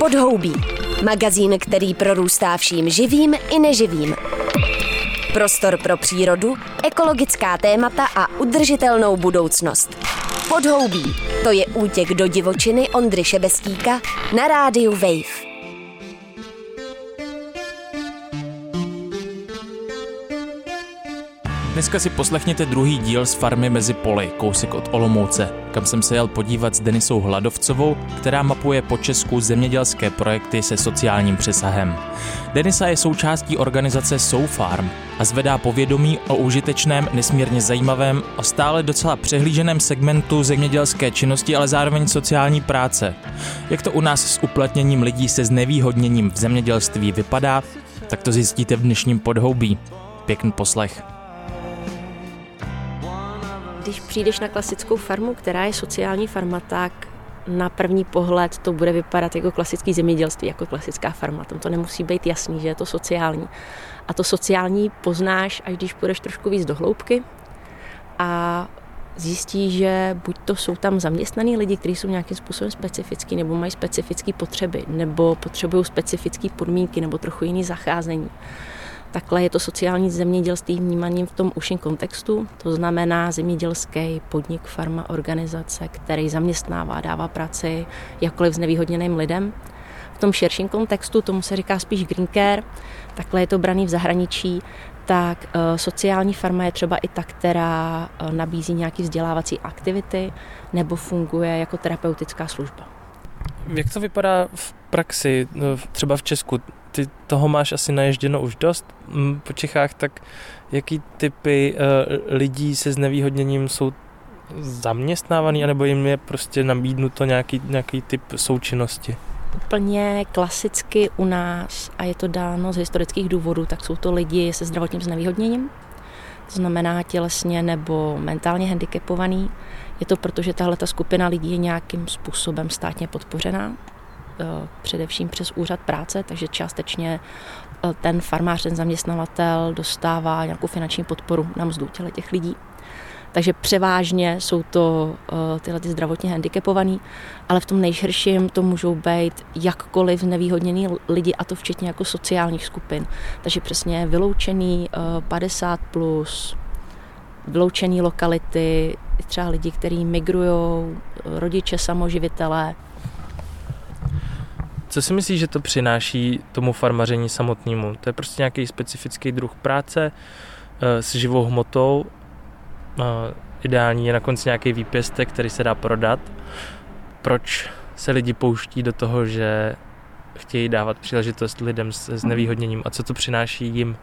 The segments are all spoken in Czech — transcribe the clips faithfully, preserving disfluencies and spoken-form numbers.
Podhoubí. Magazín, který prorůstá vším živým i neživým. Prostor pro přírodu, ekologická témata a udržitelnou budoucnost. Podhoubí. To je útěk do divočiny Ondry Šebestíka na rádiu Wave. Dneska si poslechněte druhý díl z Farmy mezi poli, kousek od Olomouce, kam jsem se jel podívat s Denisou Hladovcovou, která mapuje po Česku zemědělské projekty se sociálním přesahem. Denisa je součástí organizace SoFarm a zvedá povědomí o užitečném, nesmírně zajímavém a stále docela přehlíženém segmentu zemědělské činnosti, ale zároveň sociální práce. Jak to u nás s uplatněním lidí se znevýhodněním v zemědělství vypadá, tak to zjistíte v dnešním Podhoubí. Pěkný poslech. Když přijdeš na klasickou farmu, která je sociální farma, tak na první pohled to bude vypadat jako klasický zemědělství, jako klasická farma. Tam to nemusí být jasný, že je to sociální. A to sociální poznáš, až když půjdeš trošku víc do hloubky a zjistíš, že buď to jsou tam zaměstnaní lidi, kteří jsou nějakým způsobem specifický, nebo mají specifické potřeby, nebo potřebují specifické podmínky, nebo trochu jiný zacházení. Takhle je to sociální zemědělství vnímaním v tom užším kontextu, to znamená zemědělský podnik, farma, organizace, který zaměstnává, dává práci jakkoliv znevýhodněným lidem. V tom širším kontextu, tomu se říká spíš green care, takhle je to braný v zahraničí, tak uh, sociální farma je třeba i ta, která uh, nabízí nějaké vzdělávací aktivity nebo funguje jako terapeutická služba. Jak to vypadá v praxi, třeba v Česku? Ty toho máš asi naježděno už dost po Čechách, tak jaký typy uh, lidí se znevýhodněním jsou zaměstnávaný, anebo jim je prostě nabídnuto nějaký, nějaký typ součinnosti? Úplně klasicky u nás, a je to dáno z historických důvodů, tak jsou to lidi se zdravotním znevýhodněním, to znamená tělesně nebo mentálně handicapovaný. Je to proto, že tahle ta skupina lidí je nějakým způsobem státně podpořená, především přes úřad práce, takže částečně ten farmář, ten zaměstnavatel dostává nějakou finanční podporu na mzdu těch lidí. Takže převážně jsou to tyhle ty zdravotně handicapovaný, ale v tom nejširším to můžou být jakkoliv znevýhodněný lidi, a to včetně jako sociálních skupin. Takže přesně vyloučený padesát plus, vyloučený lokality, třeba lidi, kteří migrujou, rodiče samoživitelé. Co si myslíš, že to přináší tomu farmaření samotnému? To je prostě nějaký specifický druh práce s živou hmotou. Ideální je na konci nějaký výpěstek, který se dá prodat. Proč se lidi pouští do toho, že chtějí dávat příležitost lidem s znevýhodněním a co to přináší jim?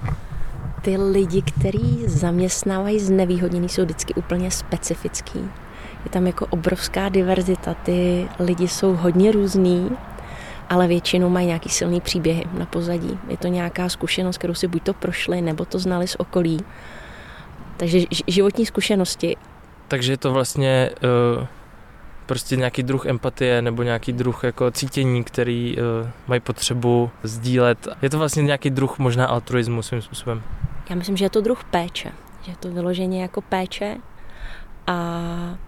Ty lidi, kteří zaměstnávají znevýhodnění, jsou vždycky úplně specifický. Je tam jako obrovská diverzita, ty lidi jsou hodně různý, ale většinou mají nějaký silný příběhy na pozadí. Je to nějaká zkušenost, kterou si buď to prošli, nebo to znali z okolí. Takže životní zkušenosti. Takže je to vlastně uh, prostě nějaký druh empatie nebo nějaký druh jako cítění, který uh, mají potřebu sdílet. Je to vlastně nějaký druh možná altruismu svým způsobem. Já myslím, že je to druh péče. Že je to vyloženě jako péče a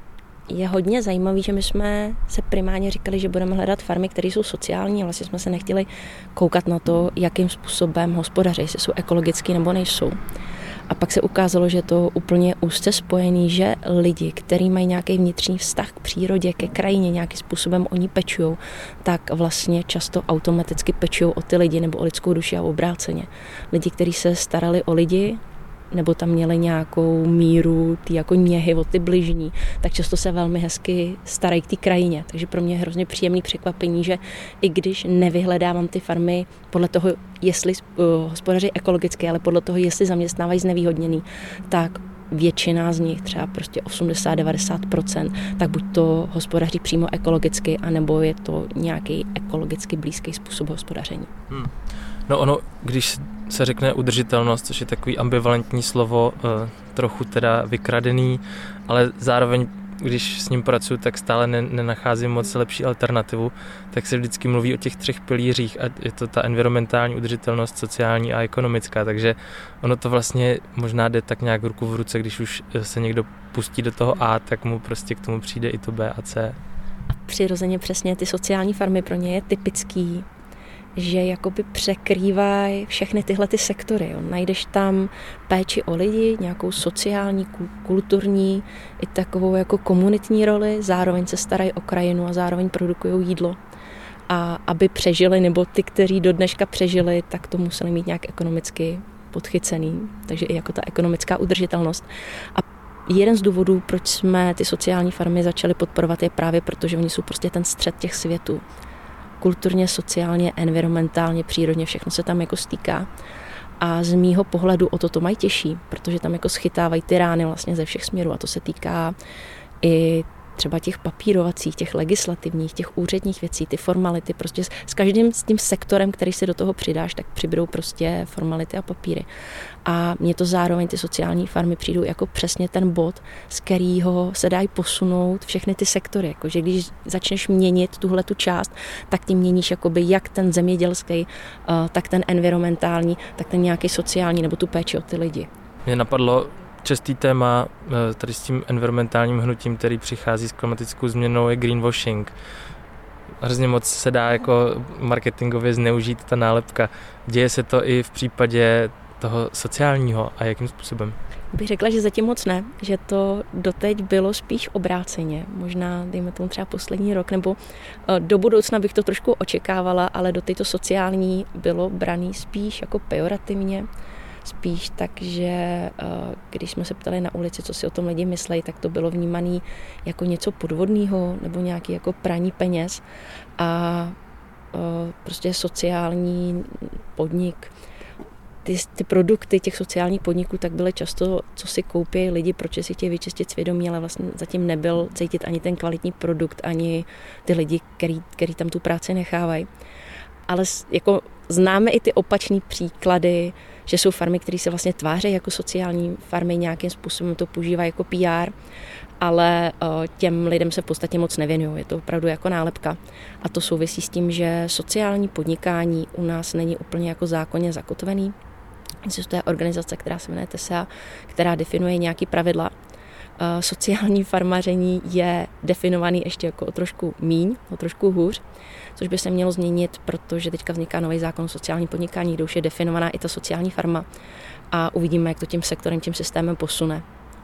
je hodně zajímavý, že my jsme se primárně říkali, že budeme hledat farmy, které jsou sociální, a vlastně jsme se nechtěli koukat na to, jakým způsobem hospodaří, jestli jsou ekologický nebo nejsou. A pak se ukázalo, že to úplně úzce spojený, že lidi, kteří mají nějaký vnitřní vztah k přírodě, ke krajině, nějakým způsobem o ní pečujou, tak vlastně často automaticky pečujou o ty lidi nebo o lidskou duši a obráceně. Lidi, kteří se starali o lidi, nebo tam měli nějakou míru ty jako něhy o ty bližní, tak často se velmi hezky starají k té krajině. Takže pro mě je hrozně příjemný překvapení, že i když nevyhledávám ty farmy podle toho, jestli uh, hospodaří ekologicky, ale podle toho, jestli zaměstnávají znevýhodněný, tak většina z nich, třeba prostě osmdesát až devadesát procent, tak buď to hospodaří přímo ekologicky, anebo je to nějaký ekologicky blízký způsob hospodaření. Hmm. No ono, když se řekne udržitelnost, což je takový ambivalentní slovo, trochu teda vykradený, ale zároveň, když s ním pracuji, tak stále nenacházím moc lepší alternativu, tak se vždycky mluví o těch třech pilířích a je to ta environmentální udržitelnost, sociální a ekonomická, takže ono to vlastně možná jde tak nějak ruku v ruce, když už se někdo pustí do toho A, tak mu prostě k tomu přijde i to B a C. přirozeně přesně ty sociální farmy pro ně je typický, že jakoby překrývají všechny tyhle ty sektory. Jo. Najdeš tam péči o lidi, nějakou sociální, kulturní, i takovou jako komunitní roli, zároveň se starají o krajinu a zároveň produkují jídlo. A aby přežili, nebo ty, kteří do dneška přežili, tak to museli mít nějak ekonomicky podchycený. Takže i jako ta ekonomická udržitelnost. A jeden z důvodů, proč jsme ty sociální farmy začali podporovat, je právě proto, že oni jsou prostě ten střed těch světů. Kulturně, sociálně, environmentálně, přírodně, všechno se tam jako stýká. A z mýho pohledu o to to mají těžší, protože tam jako schytávají ty rány vlastně ze všech směrů. A to se týká i třeba těch papírovacích, těch legislativních, těch úředních věcí, ty formality. Prostě s každým s tím sektorem, který si do toho přidáš, tak přibydou prostě formality a papíry. A mně to zároveň ty sociální farmy přijdou jako přesně ten bod, z kterého se dají posunout všechny ty sektory. Jakože když začneš měnit tuhle tu část, tak tím měníš jakoby jak ten zemědělský, tak ten environmentální, tak ten nějaký sociální nebo tu péči o ty lidi. Mě napadlo častý téma tady s tím environmentálním hnutím, který přichází s klimatickou změnou, je greenwashing. Hrozně moc se dá jako marketingově zneužít ta nálepka. Děje se to i v případě toho sociálního a jakým způsobem? Bych řekla, že zatím moc ne, že to doteď bylo spíš obráceně. Možná, dejme tomu třeba poslední rok, nebo do budoucna bych to trošku očekávala, ale do této sociální bylo braný spíš jako pejorativně. Spíš tak, že když jsme se ptali na ulici, co si o tom lidi myslejí, tak to bylo vnímané jako něco podvodného nebo nějaký jako praní peněz a prostě sociální podnik. Ty, ty produkty těch sociálních podniků tak byly často, co si koupí lidi, proč si chtějí vyčistit svědomí, ale vlastně zatím nebyl cítit ani ten kvalitní produkt, ani ty lidi, který, který tam tu práci nechávají. Ale jako známe i ty opačné příklady, že jsou farmy, které se vlastně tváří jako sociální farmy, nějakým způsobem to používají jako P R, ale těm lidem se v podstatě moc nevěnují. Je to opravdu jako nálepka. A to souvisí s tím, že sociální podnikání u nás není úplně jako zákonně zakotvený. Existuje organizace, která se jmenuje T S A, která definuje nějaký pravidla. Sociální farmaření je definovaný ještě jako o trošku míň, o trošku hůř, což by se mělo změnit, protože teďka vzniká nový zákon o sociální podnikání, kde už je definovaná i ta sociální farma a uvidíme, jak to tím sektorem, tím systémem posune.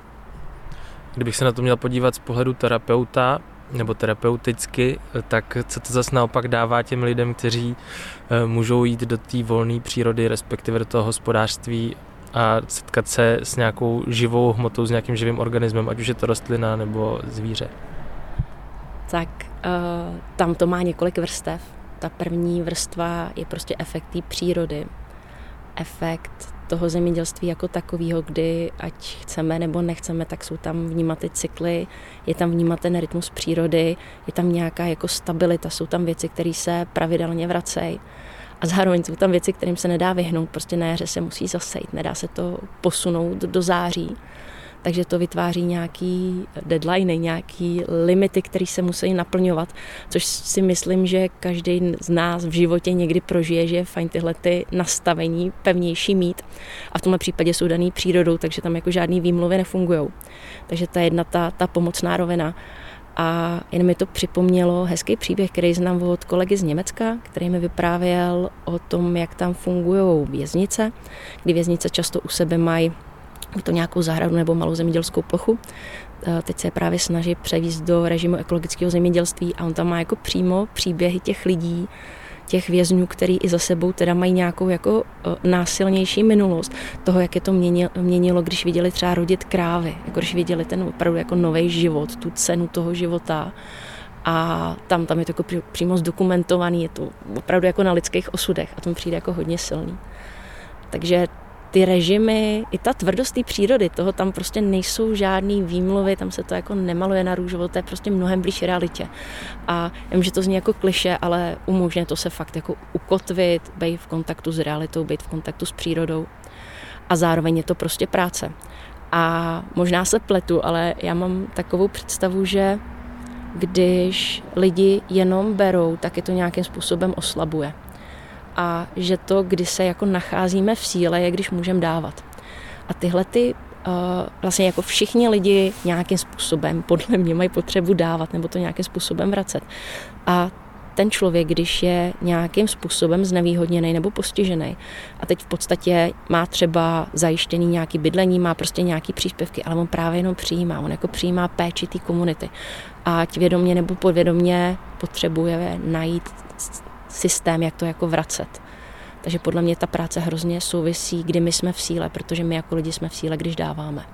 Kdybych se na to měl podívat z pohledu terapeuta nebo terapeuticky, tak co to zase naopak dává těm lidem, kteří můžou jít do té volné přírody, respektive do toho hospodářství a setkat se s nějakou živou hmotou, s nějakým živým organismem, ať už je to rostlina nebo zvíře? Tak uh, tam to má několik vrstev. Ta první vrstva je prostě efekt té přírody. Efekt toho zemědělství jako takového, kdy ať chceme nebo nechceme, tak jsou tam vnímat ty cykly, je tam vnímat ten rytmus přírody, je tam nějaká jako stabilita, jsou tam věci, které se pravidelně vracejí. A zároveň jsou tam věci, kterým se nedá vyhnout. Prostě na jaře se musí zasejt, nedá se to posunout do září. Takže to vytváří nějaký deadline, nějaký limity, které se musí naplňovat, což si myslím, že každý z nás v životě někdy prožije, že je fajn tyhle ty nastavení pevnější mít. A v tomhle případě jsou daný přírodou, takže tam jako žádný výmluvy nefungujou. Takže to je jedna ta, ta pomocná rovina. A jen mi to připomnělo hezký příběh, který znám od kolegy z Německa, který mi vyprávěl o tom, jak tam fungují věznice, kdy věznice často u sebe mají to nějakou zahradu nebo malou zemědělskou plochu. Teď se právě snaží převízt do režimu ekologického zemědělství a on tam má jako přímo příběhy těch lidí, těch vězňů, který i za sebou teda mají nějakou jako násilnější minulost toho, jak je to měnilo, když viděli třeba rodit krávy, jako když viděli ten opravdu jako nový život, tu cenu toho života. A tam, tam je to jako přímo zdokumentovaný, je to opravdu jako na lidských osudech a to mi přijde jako hodně silný. Takže ty režimy, i ta tvrdost té přírody, toho tam prostě nejsou žádný výmluvy, tam se to jako nemaluje na růžovo, to je prostě mnohem blíž realitě. A já vím, že to zní jako klišé, ale umožňuje to se fakt jako ukotvit, být v kontaktu s realitou, být v kontaktu s přírodou. A zároveň je to prostě práce. A možná se pletu, ale já mám takovou představu, že když lidi jenom berou, tak je to nějakým způsobem oslabuje. A že to, kdy se jako nacházíme v síle, je, když můžeme dávat. A tyhle ty vlastně jako všichni lidi nějakým způsobem podle mě mají potřebu dávat nebo to nějakým způsobem vracet. A ten člověk, když je nějakým způsobem znevýhodněný nebo postižený a teď v podstatě má třeba zajištěný nějaký bydlení, má prostě nějaký příspěvky, ale on právě jenom přijímá, on jako přijímá péči té komunity. A ať vědomě nebo podvědomě potřebuje najít systém, jak to jako vracet. Takže podle mě ta práce hrozně souvisí, kdy my jsme v síle, protože my jako lidi jsme v síle, když dáváme.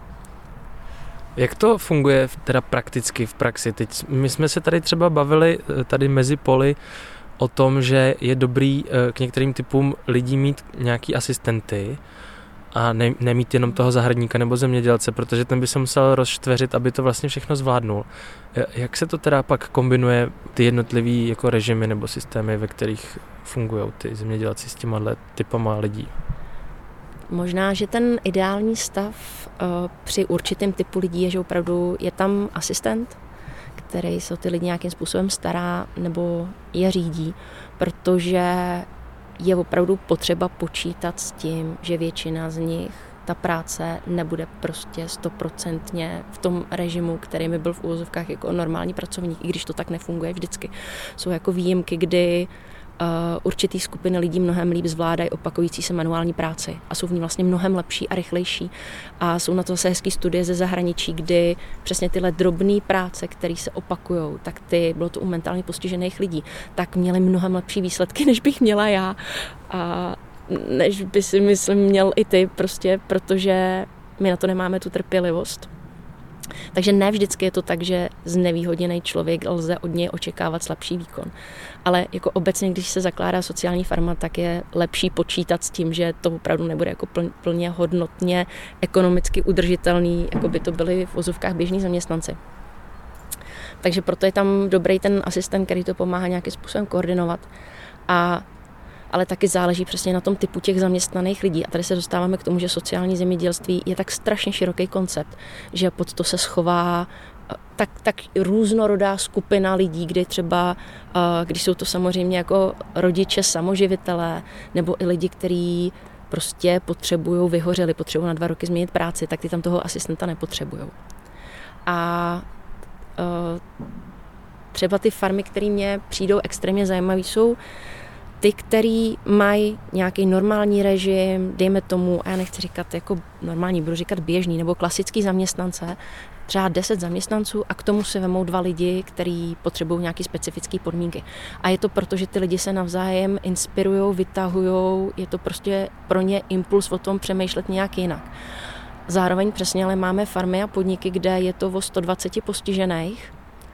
Jak to funguje teda prakticky v praxi? Teď my jsme se tady třeba bavili tady mezi poli o tom, že je dobrý k některým typům lidí mít nějaký asistenty a ne, nemít jenom toho zahradníka nebo zemědělce, protože ten by se musel rozštveřit, aby to vlastně všechno zvládnul. Jak se to teda pak kombinuje ty jednotlivý jako režimy nebo systémy, ve kterých fungují ty zemědělci s těma typama lidí? Možná, že ten ideální stav uh, při určitém typu lidí je, že opravdu je tam asistent, který se o ty lidi nějakým způsobem stará nebo je řídí, protože je opravdu potřeba počítat s tím, že většina z nich ta práce nebude prostě stoprocentně v tom režimu, který mi byl v úvozovkách jako normální pracovník, i když to tak nefunguje vždycky. Jsou jako výjimky, kdy Uh, určitý skupiny lidí mnohem líp zvládají opakující se manuální práci a jsou v ní vlastně mnohem lepší a rychlejší. A jsou na to zase hezký studie ze zahraničí, kdy přesně tyhle drobné práce, které se opakujou, tak ty, bylo to u mentálně postižených lidí, tak měly mnohem lepší výsledky, než bych měla já. A než by si myslím měl i ty, prostě, protože my na to nemáme tu trpělivost. Takže ne vždycky je to tak, že znevýhodněný člověk lze od něj očekávat slabší výkon. Ale jako obecně, když se zakládá sociální farma, tak je lepší počítat s tím, že to opravdu nebude jako plně hodnotně ekonomicky udržitelný, jako by to byly v vozovkách běžní zaměstnanci. Takže proto je tam dobrý ten asistent, který to pomáhá nějakým způsobem koordinovat. A ale taky záleží přesně na tom typu těch zaměstnaných lidí. A tady se dostáváme k tomu, že sociální zemědělství je tak strašně široký koncept, že pod to se schová tak, tak různorodá skupina lidí, kdy třeba, když jsou to samozřejmě jako rodiče, samoživitelé, nebo i lidi, kteří prostě potřebují, vyhořeli, potřebují na dva roky změnit práci, tak ty tam toho asistenta nepotřebují. A třeba ty farmy, které mě přijdou extrémně zajímavé, jsou ty, který mají nějaký normální režim, dejme tomu, a já nechci říkat jako normální, budu říkat běžný, nebo klasický zaměstnance, třeba deset zaměstnanců a k tomu se vemou dva lidi, kteří potřebují nějaké specifické podmínky. A je to proto, že ty lidi se navzájem inspirujou, vytahujou, je to prostě pro ně impuls o tom přemýšlet nějak jinak. Zároveň přesně ale máme farmy a podniky, kde je to o sto dvacet postižených,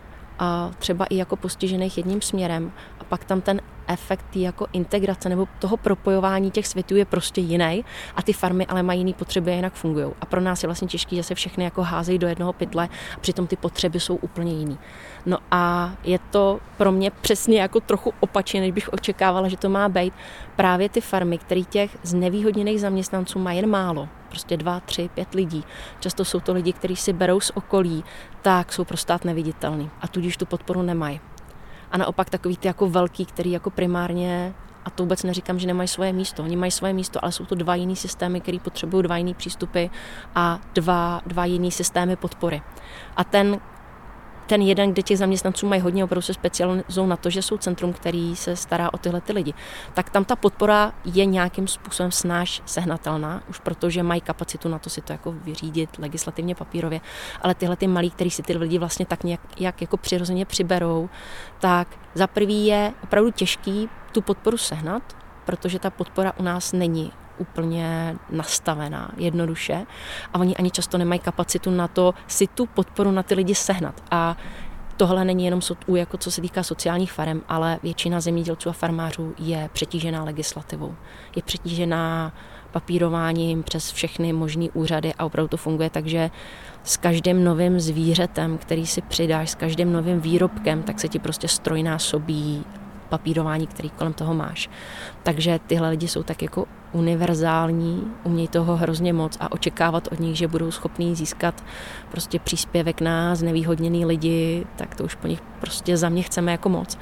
a třeba i jako postižených jedním směrem. A pak tam ten efekt jako integrace nebo toho propojování těch světů je prostě jiný a ty farmy ale mají jiný potřeby a jinak fungují. A pro nás je vlastně těžké, že se všechny jako házejí do jednoho pytle a přitom ty potřeby jsou úplně jiný. No a je to pro mě přesně jako trochu opačně, než bych očekávala, že to má být. Právě ty farmy, které těch znevýhodněných zaměstnanců mají jen málo, prostě dva, tři, pět lidí. Často jsou to lidi, kteří si berou z okolí, tak jsou pro stát neviditelný a tudíž tu podporu nemají. A naopak takový ty jako velký, který jako primárně, a to vůbec neříkám, že nemají svoje místo, oni mají svoje místo, ale jsou to dva jiný systémy, který potřebují dva jiný přístupy a dva, dva jiný systémy podpory. A ten ten jeden, kde těch zaměstnanců mají hodně, opravdu se specializují na to, že jsou centrum, který se stará o tyhle ty lidi. Tak tam ta podpora je nějakým způsobem snáš sehnatelná, už protože mají kapacitu na to si to jako vyřídit legislativně papírově, ale tyhle ty malí, který si ty lidi vlastně tak nějak jak jako přirozeně přiberou, tak za prvý je opravdu těžký tu podporu sehnat, protože ta podpora u nás není úplně nastavená jednoduše a oni ani často nemají kapacitu na to si tu podporu na ty lidi sehnat. A tohle není jenom jako co se týká sociálních farem, ale většina zemědělců a farmářů je přetížená legislativou. Je přetížená papírováním přes všechny možné úřady a opravdu to funguje tak, že s každým novým zvířetem, který si přidáš, s každým novým výrobkem, tak se ti prostě strojnásobí papírování, který kolem toho máš. Takže tyhle lidi jsou tak jako univerzální, umějí toho hrozně moc a očekávat od nich, že budou schopní získat prostě příspěvek na znevýhodněný lidi, tak to už po nich prostě za mě chceme jako moc.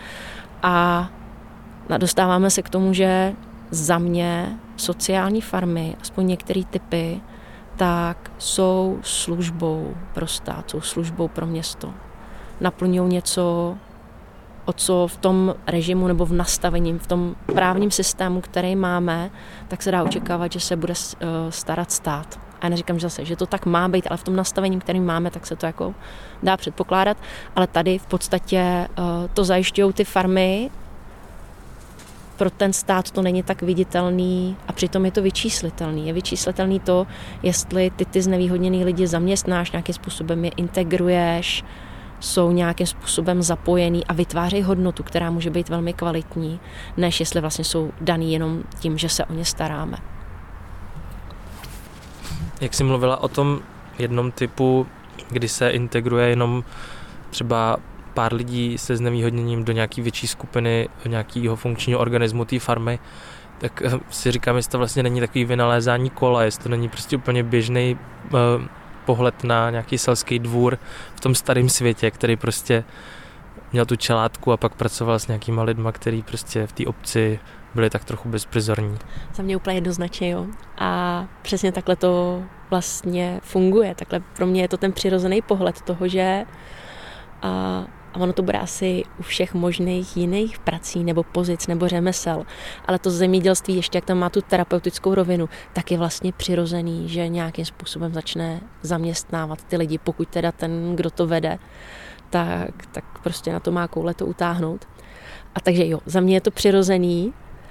A dostáváme se k tomu, že za mě sociální farmy, aspoň některé typy, tak jsou službou pro stát, jsou službou pro město. Naplňují něco, o co v tom režimu nebo v nastavení, v tom právním systému, který máme, tak se dá očekávat, že se bude starat stát. A já neříkám, že zase, že to tak má být, ale v tom nastavení, který máme, tak se to jako dá předpokládat. Ale tady v podstatě to zajišťují ty farmy, pro ten stát to není tak viditelný a přitom je to vyčíslitelný. Je vyčíslitelný to, jestli ty ty znevýhodněný lidi zaměstnáš, nějakým způsobem je integruješ, jsou nějakým způsobem zapojený a vytvářejí hodnotu, která může být velmi kvalitní, než jestli vlastně jsou daný jenom tím, že se o ně staráme. Jak jsi mluvila o tom jednom typu, kdy se integruje jenom třeba pár lidí se znevýhodněním do nějaký větší skupiny, nějakého funkčního organismu té farmy, tak si říkám, jestli to vlastně není takový vynalézání kola, jestli to není prostě úplně běžný uh, pohled na nějaký selský dvůr v tom starém světě, který prostě měl tu čelátku a pak pracoval s nějakýma lidma, který prostě v té obci byli tak trochu bezprizorní. Za mě úplně jednoznačně, jo. A přesně takhle to vlastně funguje. Takhle pro mě je to ten přirozený pohled toho, že a A ono to bude asi u všech možných jiných prací nebo pozic nebo řemesel. Ale to zemědělství, ještě jak tam má tu terapeutickou rovinu, tak je vlastně přirozený, že nějakým způsobem začne zaměstnávat ty lidi. Pokud teda ten, kdo to vede, tak, tak prostě na to má koule to utáhnout. A takže jo, za mě je to přirozený,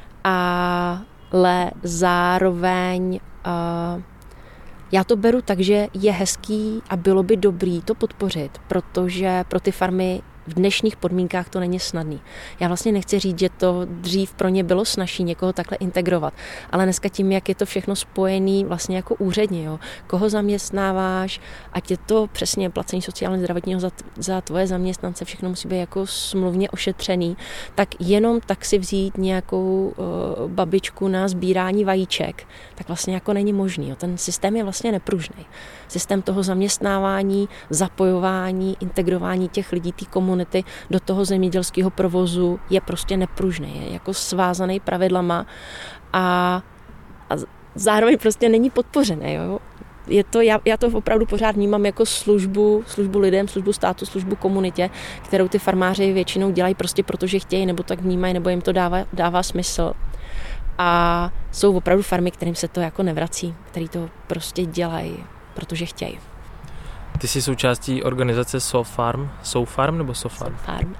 ale zároveň uh, já to beru tak, že je hezký a bylo by dobrý to podpořit, protože pro ty farmy v dnešních podmínkách to není snadný. Já vlastně nechci říct, že to dřív pro ně bylo snazší někoho takhle integrovat, ale dneska tím, jak je to všechno spojený vlastně jako úředně, jo. Koho zaměstnáváš, ať je to přesně placení sociálně zdravotního za, za tvoje zaměstnance, všechno musí být jako smluvně ošetřený, tak jenom tak si vzít nějakou uh, babičku na sbírání vajíček, tak vlastně jako není možný. Jo. Ten systém je vlastně nepružný. Systém toho zaměstnávání, zapojování, integrování těch lidí, té komunity do toho zemědělského provozu je prostě nepružný, je jako svázaný pravidlama a, a zároveň prostě není podpořený. Jo? Je to, já, já to opravdu pořád vnímám jako službu, službu lidem, službu státu, službu komunitě, kterou ty farmáři většinou dělají prostě proto, že chtějí, nebo tak vnímají, nebo jim to dává, dává smysl. A jsou opravdu farmy, kterým se to jako nevrací, který to prostě dělají, protože chtějí. Ty jsi součástí organizace SoFarm, SoFarm nebo SoFarm? SoFarm.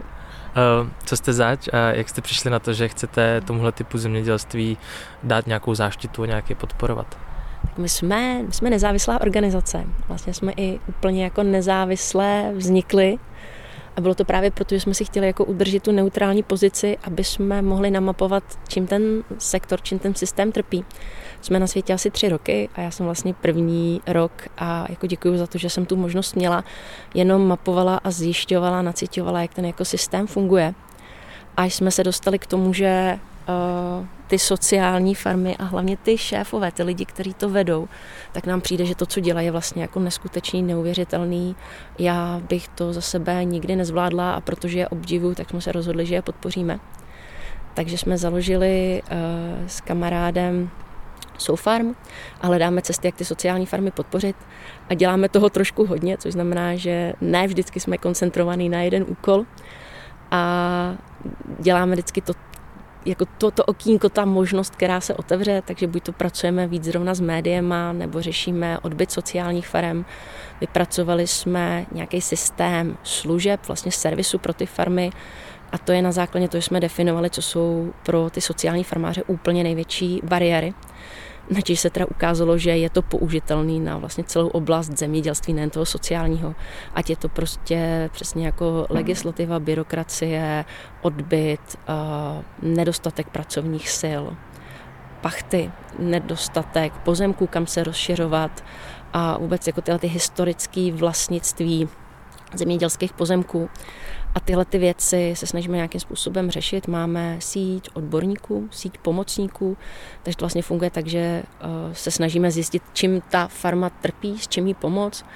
Co jste zač a jak jste přišli na to, že chcete tomuhle typu zemědělství dát nějakou záštitu a nějaké podporovat? Tak my jsme, my jsme nezávislá organizace. Vlastně jsme i úplně jako nezávislé vznikli. A bylo to právě proto, že jsme si chtěli jako udržet tu neutrální pozici, aby jsme mohli namapovat, čím ten sektor, čím ten systém trpí. Jsme na světě asi tři roky a já jsem vlastně první rok a jako děkuju za to, že jsem tu možnost měla, jenom mapovala a zjišťovala, nacitovala, jak ten jako systém funguje. A jsme se dostali k tomu, že uh, ty sociální farmy a hlavně ty šéfové, ty lidi, kteří to vedou, tak nám přijde, že to, co dělají, je vlastně jako neskutečný, neuvěřitelný. Já bych to za sebe nikdy nezvládla a protože je obdivuju, tak jsme se rozhodli, že je podpoříme. Takže jsme založili uh, s kamarádem SoFarm a hledáme cesty, jak ty sociální farmy podpořit a děláme toho trošku hodně, což znamená, že ne vždycky jsme koncentrovaní na jeden úkol a děláme vždycky to, jako to, to okýnko, ta možnost, která se otevře, takže buď to pracujeme víc zrovna s médiema, nebo řešíme odbyt sociálních farem. Vypracovali jsme nějaký systém služeb, vlastně servisu pro ty farmy a to je na základě toho, že jsme definovali, co jsou pro ty sociální farmáře úplně největší bariéry. Načež se teda ukázalo, že je to použitelný na vlastně celou oblast zemědělství, nejen toho sociálního. Ať je to prostě přesně jako legislativa, byrokracie, odbyt, nedostatek pracovních sil, pachty, nedostatek pozemků, kam se rozšiřovat a vůbec jako tyhle ty historické vlastnictví zemědělských pozemků. A tyhle ty věci se snažíme nějakým způsobem řešit. Máme síť odborníků, síť pomocníků, takže to vlastně funguje tak, že se snažíme zjistit, čím ta farma trpí, s čím jí pomoct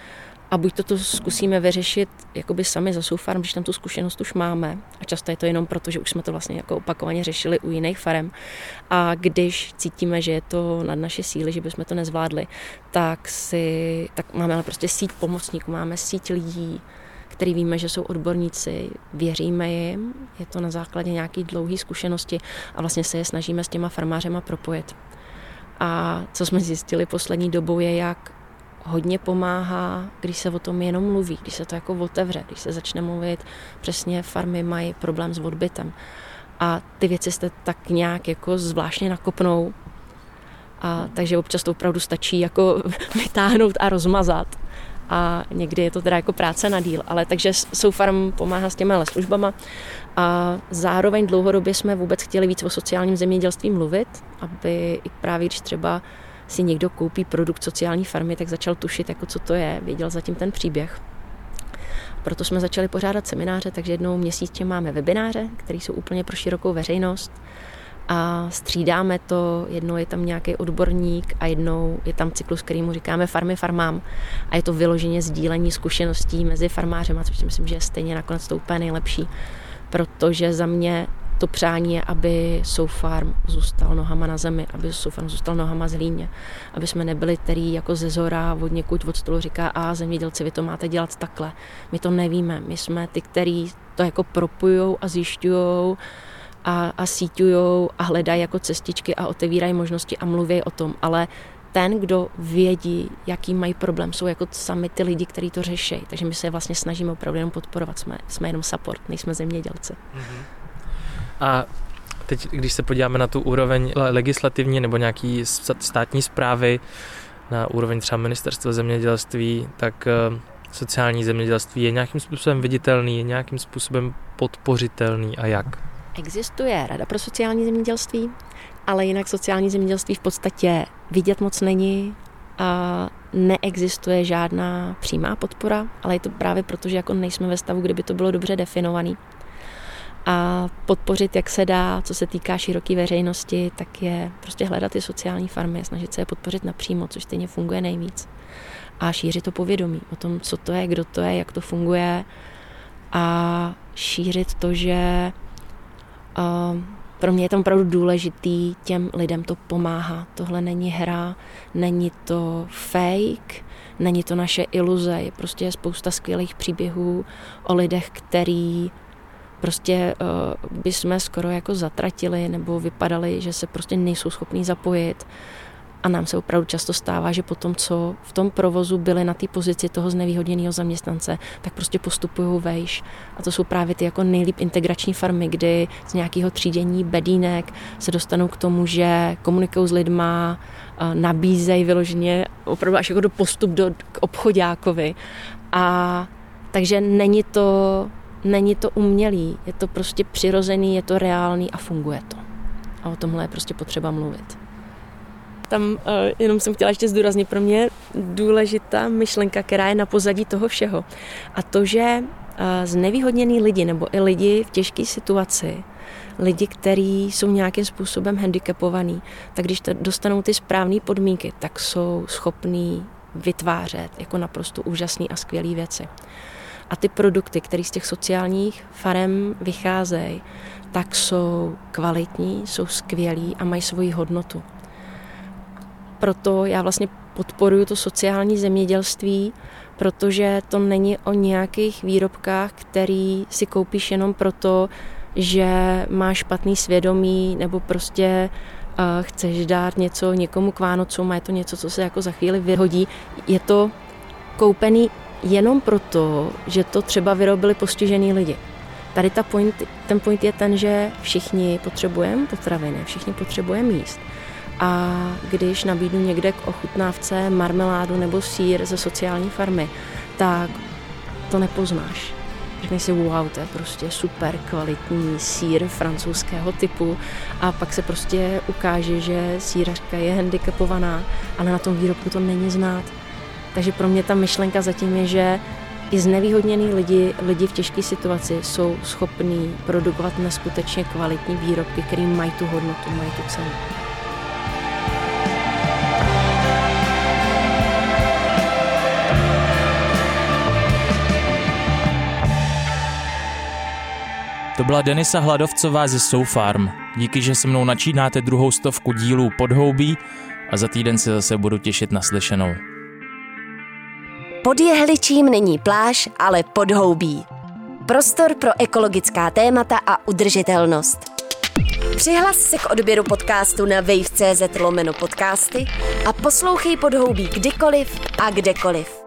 A buď to, to zkusíme vyřešit jakoby sami za Soufarm, když tam tu zkušenost už máme. A často je to jenom proto, že už jsme to vlastně jako opakovaně řešili u jiných farem. A když cítíme, že je to nad naše síly, že bychom to nezvládli, tak, si, tak máme ale prostě síť pomocníků, máme síť lidí, který víme, že jsou odborníci, věříme jim, je to na základě nějaké dlouhé zkušenosti a vlastně se je snažíme s těma farmářema propojit. A co jsme zjistili poslední dobou je, jak hodně pomáhá, když se o tom jenom mluví, když se to jako otevře, když se začne mluvit, přesně farmy mají problém s odbytem. A ty věci se tak nějak jako zvláštně nakopnou. A takže občas to opravdu stačí jako vytáhnout a rozmazat. A někdy je to teda jako práce na díl, ale takže Soufarm pomáhá s těma službama a zároveň dlouhodobě jsme vůbec chtěli víc o sociálním zemědělství mluvit, aby i právě když třeba si někdo koupí produkt sociální farmy, tak začal tušit, jako co to je, věděl zatím ten příběh. Proto jsme začali pořádat semináře, takže jednou měsíčně máme webináře, které jsou úplně pro širokou veřejnost a střídáme to, jednou je tam nějaký odborník a jednou je tam cyklus, kterýmu říkáme farmy farmám a je to vyloženě sdílení zkušeností mezi farmářema, což si myslím, že je stejně nakonec to úplně nejlepší, protože za mě to přání je, aby Soufarm zůstal nohama na zemi, aby Soufarm zůstal nohama z hlíně, aby jsme nebyli který jako ze zora od někud od stolu říká a zemědělci, vy to máte dělat takhle. My to nevíme, my jsme ty, který to jako propojujou a zjišťujou a, a síťujou a hledají jako cestičky a otevírají možnosti a mluví o tom, ale ten, kdo vědí, jaký mají problém, jsou jako sami ty lidi, kteří to řeší. Takže my se vlastně snažíme opravdu jenom podporovat, jsme, jsme jenom support, nejsme zemědělci. Mm-hmm. A teď, když se podíváme na tu úroveň legislativní nebo nějaký státní správy, na úroveň třeba ministerstva zemědělství, tak sociální zemědělství je nějakým způsobem viditelný, je nějakým způsobem podpořitelný a jak? Existuje Rada pro sociální zemědělství, ale jinak sociální zemědělství v podstatě vidět moc není a neexistuje žádná přímá podpora, ale je to právě proto, že jako nejsme ve stavu, kdyby to bylo dobře definovaný. A podpořit, jak se dá, co se týká široké veřejnosti, tak je prostě hledat ty sociální farmy, snažit se je podpořit napřímo, což stejně funguje nejvíc. A šířit to povědomí o tom, co to je, kdo to je, jak to funguje a šířit to, že uh, pro mě je tam opravdu důležitý těm lidem to pomáhá. Tohle není hra, není to fake, není to naše iluze, je prostě spousta skvělých příběhů o lidech, který prostě uh, bychom skoro jako zatratili nebo vypadali, že se prostě nejsou schopní zapojit. A nám se opravdu často stává, že potom, co v tom provozu byli na té pozici toho znevýhodněného zaměstnance, tak prostě postupují vejš. A to jsou právě ty jako nejlíp integrační farmy, kdy z nějakého třídění bedínek se dostanou k tomu, že komunikují s lidma, nabízejí vyloženě opravdu až jako do postup do, k obchoďákovi. A takže není to, není to umělý, je to prostě přirozený, je to reálný a funguje to. A o tomhle je prostě potřeba mluvit. Tam uh, jenom jsem chtěla ještě zdůraznit pro mě důležitá myšlenka, která je na pozadí toho všeho. A to, že uh, znevýhodněný lidi nebo i lidi v těžké situaci, lidi, kteří jsou nějakým způsobem handicapovaní, tak když dostanou ty správné podmínky, tak jsou schopní vytvářet jako naprosto úžasné a skvělé věci. A ty produkty, které z těch sociálních farem vycházejí, tak jsou kvalitní, jsou skvělí a mají svoji hodnotu. Proto já vlastně podporuji to sociální zemědělství, protože to není o nějakých výrobkách, který si koupíš jenom proto, že máš špatný svědomí nebo prostě uh, chceš dát něco někomu k Vánocům a je to něco, co se jako za chvíli vyhodí. Je to koupený jenom proto, že to třeba vyrobili postižený lidi. Tady ta point, ten point je ten, že všichni potřebujeme potraviny, všichni potřebujeme jíst. A když nabídnu někde k ochutnávce marmeládu nebo sýr ze sociální farmy, tak to nepoznáš. Řekneš si, wow, to je prostě super kvalitní sýr francouzského typu a pak se prostě ukáže, že sýrařka je handicapovaná, ale na tom výrobku to není znát. Takže pro mě ta myšlenka zatím je, že i znevýhodněný lidi, lidi v těžké situaci jsou schopní produkovat neskutečně kvalitní výrobky, které mají tu hodnotu, mají tu cenu. To byla Denisa Hladovcová ze Soufarm. Díky, že se mnou načínáte druhou stovku dílů Podhoubí a za týden se zase budu těšit na slyšenou. Pod Jehličím není pláž, ale podhoubí. Prostor pro ekologická témata a udržitelnost. Přihlas se k odběru podcastu na wave tečka cz lomeno podcasty a poslouchej Podhoubí kdykoliv a kdekoliv.